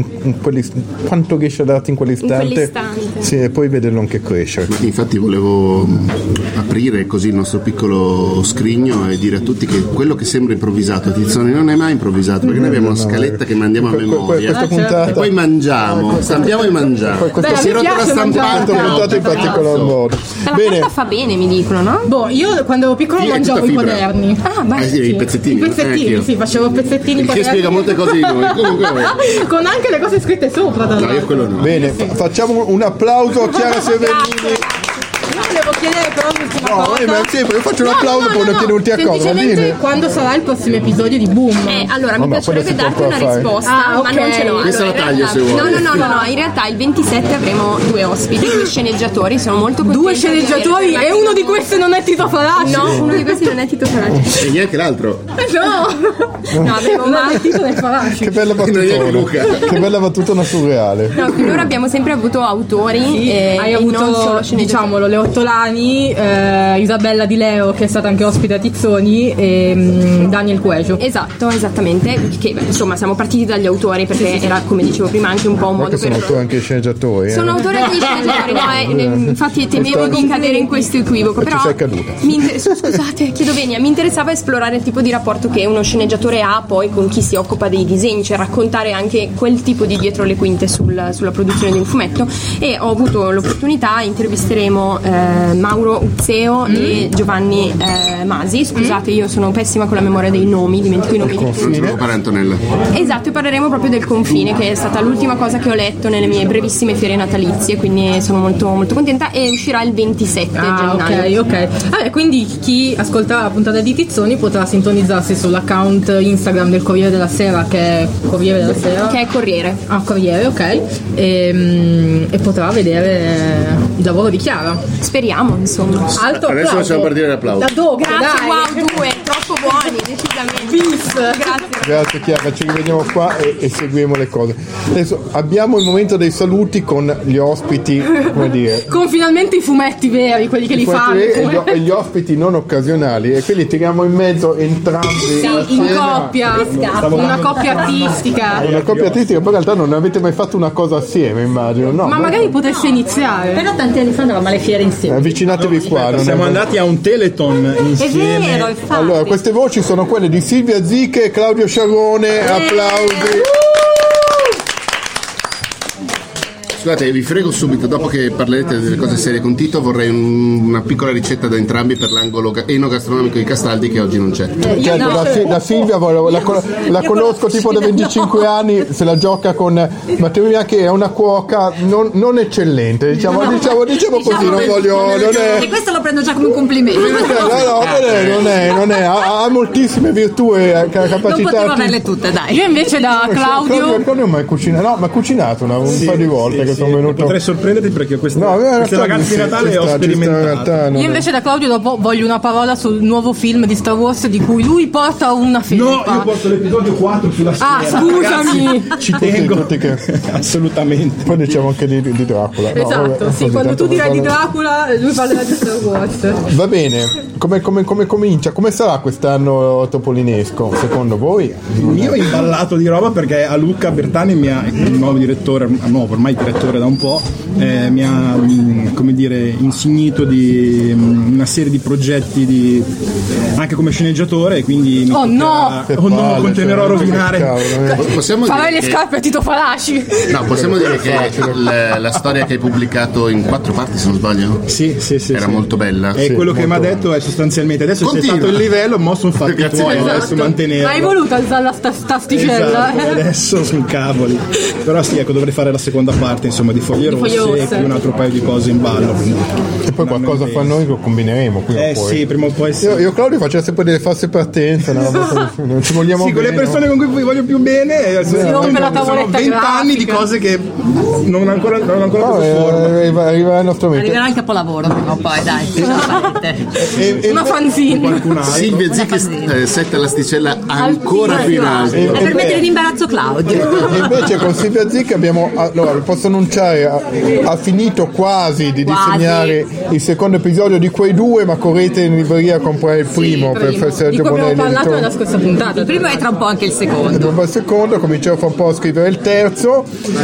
quanto riesce a darti in quell'istante. Sì, e poi vederlo anche crescere. Ma infatti volevo aprire così il nostro piccolo scrigno e dire a tutti che quello che sembra improvvisato, Tizzoni, non è mai improvvisato, perché noi abbiamo una scaletta che mandiamo a memoria e poi mangiamo, stampiamo e mangiamo. Si è rotta la stampante, in particolar modo. La carta fa bene, mi dicono, no? Boh, io quando ero piccolo mangiavo i quaderni. Sì, i pezzettini. Sì, facevo pezzettini. Che spiega molte cose di noi. Comunque, con anche le cose scritte sopra. No, io quello no. Bene, facciamo un applauso a Chiara Severlini. Volevo chiedere però l'ultima cosa. Ma sempre io faccio un applauso, poi non chiedo l'ultima cosa. Quando sarà il prossimo episodio di Boom? Allora, mi piacerebbe darti una risposta, ma non ce l'ho. Questa la taglio se vuoi. No, in realtà il 27 avremo 2 ospiti, 2 sceneggiatori, sono molto contenta. 2 sceneggiatori e uno di questi non è Tito Faraci. No, uno di questi non è Tito Faraci. E neanche l'altro. No, avremo Tito del Faraci. Che bella battutona surreale. No, finora abbiamo sempre avuto autori. Hai avuto, diciamolo, le Ottolani, Isabella Di Leo, che è stata anche ospite a Tizzoni, e Daniel Cuejo. Esattamente, che insomma siamo partiti dagli autori perché era, come dicevo prima, anche un po' un modo per... Sono autori anche sceneggiatori. Sono autori anche sceneggiatori, infatti temevo di cadere in questo equivoco, però sei caduta. Scusate, chiedo venia, mi interessava esplorare il tipo di rapporto che uno sceneggiatore ha poi con chi si occupa dei disegni, cioè raccontare anche quel tipo di dietro le quinte sulla produzione di un fumetto, e ho avuto l'opportunità, intervisteremo Mauro Uzzeo e Giovanni Masi. Scusate, io sono pessima con la memoria dei nomi, dimentico i nomi di tutti. Antonella. Esatto, e parleremo proprio del confine, che è stata l'ultima cosa che ho letto nelle mie brevissime ferie natalizie, quindi sono molto molto contenta, e uscirà il 27 gennaio. Ok. Vabbè, quindi chi ascolterà la puntata di Tizzoni potrà sintonizzarsi sull'account Instagram del Corriere della Sera, che è Corriere della Sera. Che è Corriere. Corriere, ok. E potrà vedere il lavoro di Chiara. Speriamo, insomma. Adesso facciamo partire l'applauso. Da dopo, Grazie, wow, 2, troppo buoni, decisamente. Grazie Chiara, ci rivediamo qua e seguiamo le cose. Adesso abbiamo il momento dei saluti con gli ospiti, come dire, con finalmente i fumetti veri, quelli che li fanno. E gli ospiti non occasionali, e quindi tiriamo in mezzo entrambi. Sì, in coppia, una coppia artistica. Una coppia artistica, poi in realtà non avete mai fatto una cosa assieme, immagino. No, ma magari potesse iniziare. Però tanti anni fa andavamo alle fiere insieme. Avvicinatevi qua. Siamo andati a un Teleton insieme. È vero, infatti. Allora, queste voci sono quelle di Silvia Zicche e Claudio Sciarrone. Applausi. Scusate, vi frego subito, dopo che parlerete delle cose serie con Tito, vorrei una piccola ricetta da entrambi per l'angolo enogastronomico di Castaldi, che oggi non c'è. Certo, da Silvia la conosco tipo da 25 anni, se la gioca con Matteo Mia, che è una cuoca non eccellente, diciamo così, non voglio. E questo lo prendo già come un complimento. Non è, ha moltissime virtù e capacità. Non potevo averle tutte, dai. Io invece da Claudio non mai cucinato, no, ma ha cucinato un paio di volte che sono venuto. Potrei sorprenderti perché queste vacanze di Natale ho sperimentato. Io invece da Claudio dopo voglio una parola sul nuovo film di Star Wars di cui lui porta una felpa. No, io porto l'episodio 4 sulla schiena. Scusami. Ragazzi, ci tengo. Assolutamente. Poi diciamo anche di Dracula. Esatto, vabbè, sì, quando tu dirai di Dracula lui parlerà di Star Wars. Va bene. Come comincia? Come sarà quest'anno topolinesco, secondo voi? Io ho imballato di roba perché a Luca Bertani, il nuovo direttore, ormai direttore da un po', mi ha, come dire, insignito di una serie di progetti anche come sceneggiatore, e quindi continuerò a rovinare. Farai le scarpe a Tito Falaci. No, possiamo dire che la storia che hai pubblicato in 4 parti, se non sbaglio? Sì. Era molto bella. E quello che mi ha detto è sostanzialmente adesso c'è stato il livello, mo sono fatti i tuoi, adesso mantenerlo. Hai voluto alzare la stasticella. Esatto, adesso sono cavoli. Però sì, ecco, dovrei fare la seconda parte, insomma, di Foglie Rosse e un altro paio di cose in ballo. E poi qualcosa fra noi lo combineremo. Sì, prima o poi sì. Io Claudio faccio sempre delle false partenze, non ci vogliamo bene. Sì, con le persone con cui vi voglio più bene sono 20 anni di cose che non hanno ancora preso forma. Arriverà il nostro momento. Arriverà il capolavoro prima o poi, dai. Una fanzine. Silvia Zicche setta l'asticella ancora più in alto. Per mettere in imbarazzo Claudio. E invece con Silvia Zicche abbiamo, allora vi posso annunciare, ha finito quasi di disegnare il secondo episodio di quei due, ma correte in libreria a comprare il primo per Sergio Bonelli. Abbiamo parlato nella scorsa puntata. Il primo è tra un po' anche il secondo. Comincerò fra un po' a scrivere il terzo.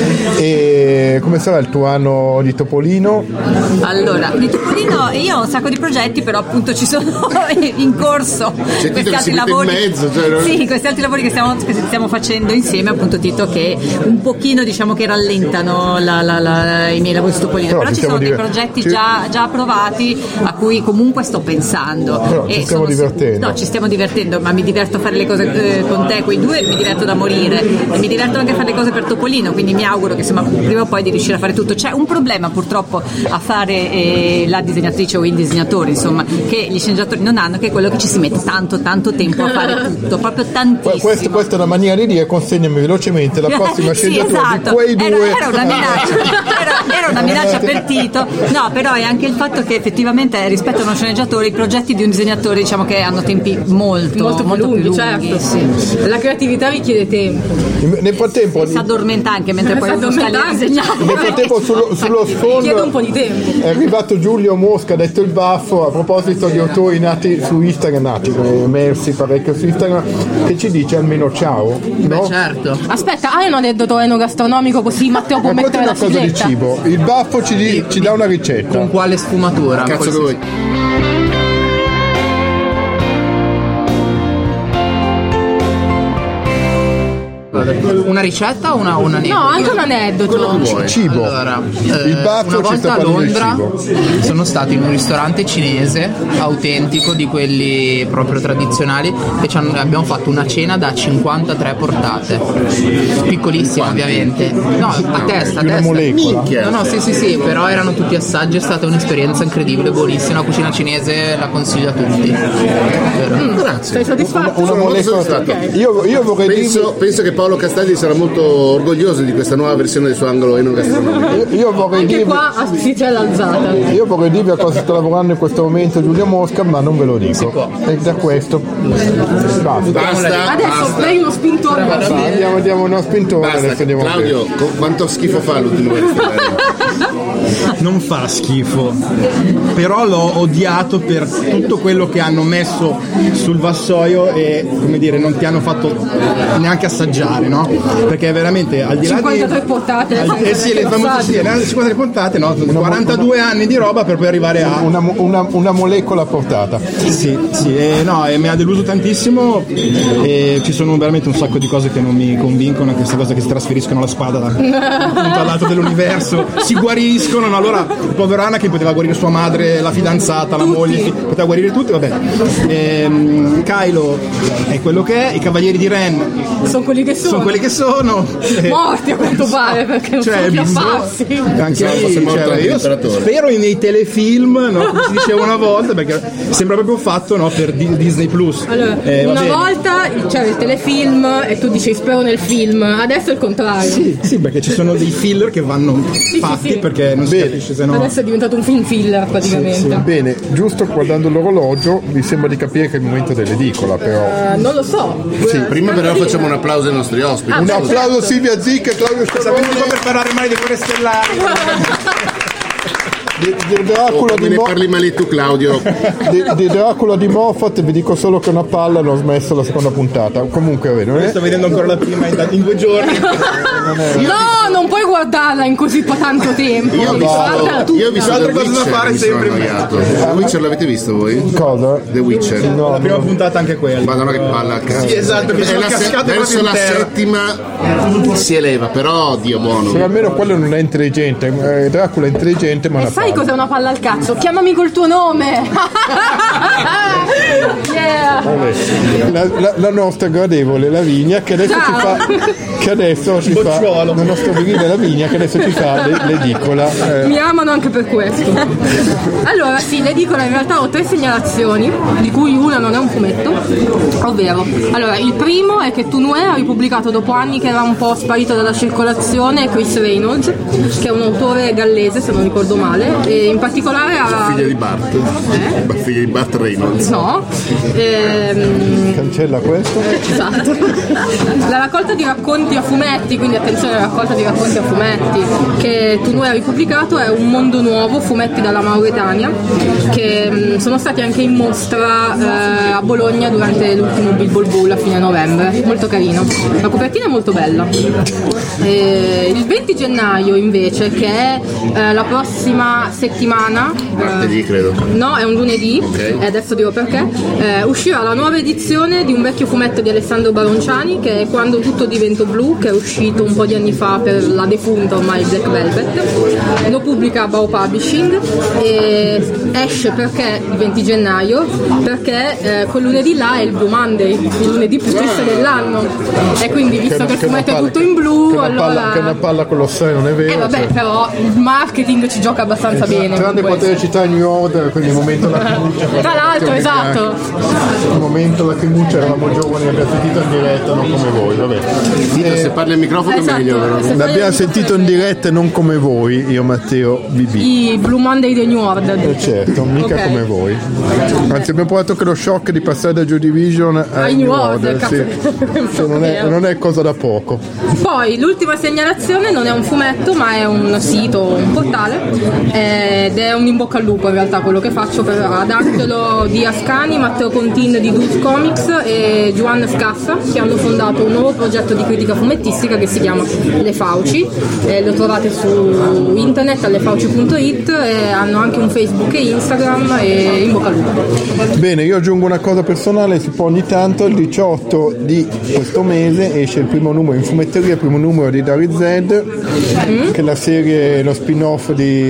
E come sarà il tuo anno di Topolino? Allora, di Topolino io ho un sacco di progetti, però appunto ci sono in corso questi altri lavori. Sì, questi altri lavori che stiamo facendo insieme, appunto Tito, che un pochino diciamo che rallentano i miei lavori su Topolino, però ci sono dei progetti già approvati a cui comunque sto pensando. Però ci stiamo divertendo. No, ci stiamo divertendo, ma mi diverto a fare le cose con te, quei due, mi diverto da morire, e mi diverto anche a fare le cose per Topolino, quindi mi auguro che insomma prima o poi di riuscire a fare tutto. C'è un problema purtroppo a fare la disegnatrice o il disegnatore, insomma, che gli sceneggiatori non hanno, che è quello che ci si mette tanto tempo a fare tutto, proprio tantissimo. Questa è una maniera di dire: consegnami velocemente la prossima sceneggiatura, sì, esatto, di quei due. Era una minaccia. Era una minaccia per Tito. No, però è anche il fatto che effettivamente rispetto a uno sceneggiatore i progetti di un disegnatore diciamo che hanno tempi molto più lunghi, certo. Sì. La creatività richiede tempo. Nel frattempo si addormenta anche mentre poi uno sta lì a disegnare. Nel frattempo sullo sfondo richiede un po' di tempo. È arrivato Giulio Mosca, detto il baffo, a proposito di autori nati su Instagram, emersi parecchio su Instagram, che ci dice almeno ciao, no? Beh, certo. Aspetta, hai un aneddoto enogastronomico così Matteo può mettere la sigletta? Una cosa di cibo, il baffo ci dà una ricetta. Con quale sfumatura? Cazzo che vuoi? Una ricetta o un aneddoto? No, anche un aneddoto. Cibo. Allora, il baffo una ci sta volta a Londra cibo. sono stato in un ristorante cinese autentico, di quelli proprio tradizionali, e abbiamo fatto una cena da 53 portate, piccolissima ovviamente, no, a testa. No, sì, però erano tutti assaggi, è stata un'esperienza incredibile, buonissima. La cucina cinese la consiglio a tutti. Grazie. Sei soddisfatto? Una molecola. Okay. Io vorrei penso che Paolo Paolo Castelli sarà molto orgoglioso di questa nuova versione del suo angolo enogastronomico. Io vorrei Anche dirvi, qua si c'è l'alzata. io vorrei dirvi a cosa sta lavorando in questo momento Giulio Mosca, ma non ve lo dico. E da questo basta. Adesso prendi uno spintone. Andiamo uno spintone. Basta. Claudio, quanto schifo fa l'ultimo Non fa schifo, però l'ho odiato per tutto quello che hanno messo sul vassoio e, come dire, non ti hanno fatto neanche assaggiare, no? Perché veramente al di là 53 portate. Sì, le famose 53 portate, no? 42 anni di roba per poi arrivare a una molecola portata. Sì, no, e mi ha deluso tantissimo e ci sono veramente un sacco di cose che non mi convincono, queste cose che si trasferiscono la spada da un punto all'altro dell'universo, si guariscono, no? Allora il povero Anakin poteva guarire sua madre, la fidanzata, la moglie, poteva guarire tutti, vabbè. Kylo è quello che è, i cavalieri di Ren sono quelli che sono. Morti a quanto pare, perché non sono più apparsi. Anche lì, io spero nei telefilm, no? Come si diceva una volta, perché sembra proprio fatto, no? Per Disney Plus. Allora, una volta c'era il telefilm e tu dicevi spero nel film, adesso è il contrario. Sì, perché ci sono dei filler che vanno fatti perché non si capisce, se no. Adesso è diventato un film filler praticamente. Sì. Bene, giusto guardando l'orologio mi sembra di capire che è il momento dell'edicola, però non lo so. Sì, prima però facciamo un applauso ai nostri ospiti. Un applauso a Silvia Zicca e Claudio Sciarrone per parlare male di Guerre Stellari. Di Dracula me ne parli male tu, Claudio. Di Dracula di Moffat vi dico solo che è una palla, non ho smesso la seconda puntata. Comunque vabbè, sto vedendo ancora la prima in 2 giorni. No, non puoi guardarla in così tanto tempo. Io ho visto altre cose da fare sempre. The Witcher l'avete visto voi? Cosa? The Witcher. No, la prima puntata anche quella. Madonna che palla, cazzo. Sì, esatto, mi sono cascato verso la settima si eleva, però Dio buono. Cioè, almeno quello non è intelligente. Dracula è intelligente, ma sai cos'è una palla al cazzo? Chiamami col tuo nome. Yeah. La nostra gradevole Lavinia che adesso ci fa la nostra virile Lavinia che adesso ci fa l'edicola. Mi amano anche per questo. Allora sì, l'edicola in realtà ho 3 segnalazioni, di cui una non è un fumetto, ovvero allora il primo è che Toonue ha ripubblicato dopo anni che era un po' sparito dalla circolazione Chris Reynolds, che è un autore gallese se non ricordo male, e in particolare figlia di Bart. Figlia di Bart Reynolds. No. Cancella questo. Esatto. La raccolta di racconti a fumetti, quindi attenzione, la raccolta di racconti a fumetti che Toonue ha ripubblicato è Un mondo nuovo, fumetti dalla Mauretania, che sono stati anche in mostra a Bologna durante l'ultimo Bilbo Bull a fine novembre. Molto carino. La copertina è molto bella. Il 20 gennaio invece, che è la prossima settimana, martedì credo. No, è un lunedì, okay. E adesso dirò perché. Uscirà la nuova edizione di un vecchio fumetto di Alessandro Baronciani, che è Quando tutto divento blu, che è uscito un po' di anni fa per la defunta ormai Black Velvet. Lo pubblica Bao Publishing e esce perché il 20 gennaio? Perché quel lunedì là è il Blue Monday, il lunedì più triste dell'anno, e quindi visto che il fumetto è tutto in blu, allora che una palla con lo sai non è vero. Vabbè, però il marketing ci gioca abbastanza bene. Grande potere città New Order, quindi il momento lacrimuccia. Tra l'altro, esatto. Il momento lacrimuccia, eravamo giovani, abbiamo sentito in diretta, non come voi, vabbè. Se parli al microfono esatto, meglio. L'abbiamo sentito in diretta e non come voi, io Matteo BB. I Blue Monday dei New Order. Certo, mica okay. Come voi. Anzi, abbiamo provato che lo shock di passare da Joy Division ai New Order, sì. non è cosa da poco. Poi l'ultima segnalazione non è un fumetto, ma è un sito, un portale, ed è un in bocca al lupo in realtà quello che faccio ad Angelo di Ascani, Matteo Contin di Dudes Comics e Giovanni Scassa, che hanno fondato un nuovo progetto di critica fumettistica che si chiama Le Fauci. Lo trovate su internet allefauci.it e hanno anche un Facebook e Instagram, e in bocca al lupo. Bene, io aggiungo una cosa personale, si può ogni tanto, il 18 di questo mese esce il primo numero in fumetteria, il primo numero di Dari Z, che è la serie, lo spin-off di Dylan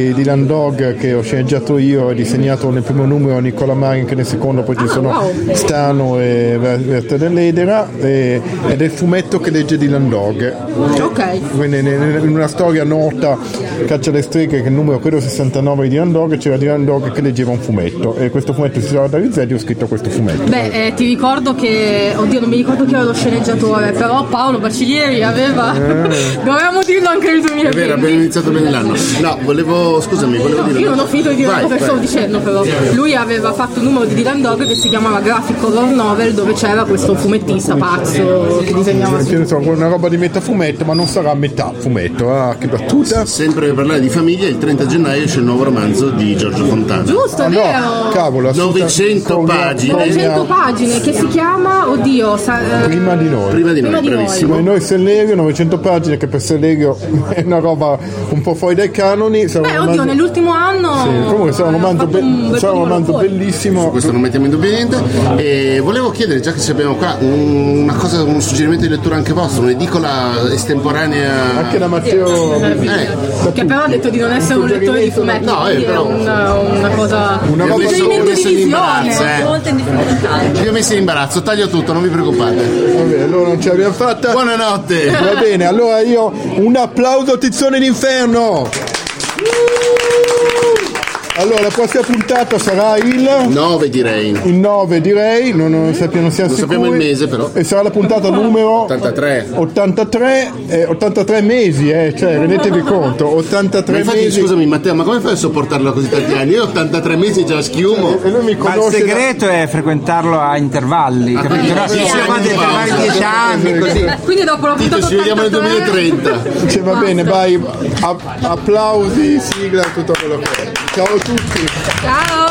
Dylan Dog che ho sceneggiato io e disegnato nel primo numero Nicola Marin, che nel secondo poi ci sono Stano e Verte dell'Edera, ed è il fumetto che legge Dylan Dog. Ok. Quindi in una storia nota, Caccia alle streghe, che è il numero credo 69 di Dylan Dog, c'era Dylan Dog che leggeva un fumetto, e questo fumetto si trova da Rizzetti, ho scritto questo fumetto. Beh, ti ricordo che, oddio, non mi ricordo chi era lo sceneggiatore, però Paolo Bacilieri aveva dovevamo dirlo anche nel 2020. È vero, abbiamo iniziato bene l'anno. No, volevo dire. Io non ho finito di dire cosa stavo dicendo, però lui aveva fatto un numero di Dylan Dog che si chiamava Graphic Horror Novel, dove c'era questo fumettista pazzo che disegnava una roba di metà fumetto, ma non sarà metà fumetto. Che battuta. Sempre per parlare di famiglia, il 30 gennaio esce il nuovo romanzo di Giorgio Fontana. Giusto, è vero. No, cavolo, 900 pagine. 900 pagine, che si chiama, Prima di noi, bravissimo. Noi Sellerio, 900 pagine, che per Sellerio è una roba un po' fuori dai canoni. Oddio, nell'ultimo anno. Sì, comunque sarà un romanzo bellissimo. Su questo non mettiamo in dubbio niente. E volevo chiedere, già che ci abbiamo qua, un suggerimento di lettura anche vostro, un'edicola estemporanea. Anche da Matteo. Che però ha detto di non essere un lettore di fumetti. No, però una cosa. Una roba molto indifferenziale. Ci ho messo in imbarazzo, taglio tutto, non vi preoccupate. Vabbè, allora non ce l'abbiamo fatta. Buonanotte. Va bene, allora io un applauso a Tizione d'Inferno. Allora, la prossima puntata sarà il 9, direi. Il 9, direi, non sappiamo il mese, però. E sarà la puntata numero 83. 83 mesi, cioè rendetevi conto, 83 infatti, mesi. Scusami Matteo, ma come fai a sopportarlo così tanti anni? Io 83 mesi già schiumo. E lui mi conosce. Ma il segreto è frequentarlo a intervalli, capito? Sì, siamo a intervalli 10 anni, così. Quindi dopo la puntata ci vediamo nel 2030. Va bene, vai, applausi, sigla, tutto quello che è. Ciao a tutti. Ciao.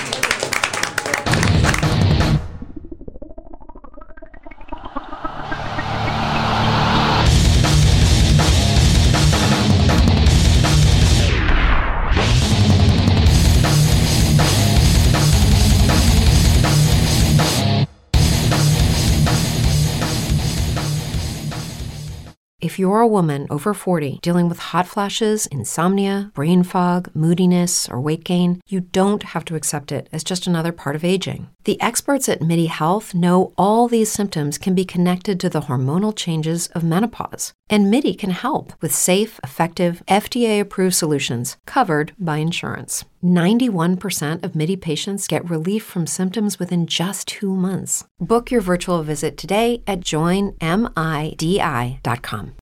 If you're a woman over 40 dealing with hot flashes, insomnia, brain fog, moodiness, or weight gain, you don't have to accept it as just another part of aging. The experts at MIDI Health know all these symptoms can be connected to the hormonal changes of menopause. And MIDI can help with safe, effective, FDA-approved solutions covered by insurance. 91% of MIDI patients get relief from symptoms within just 2 months. Book your virtual visit today at joinmidi.com.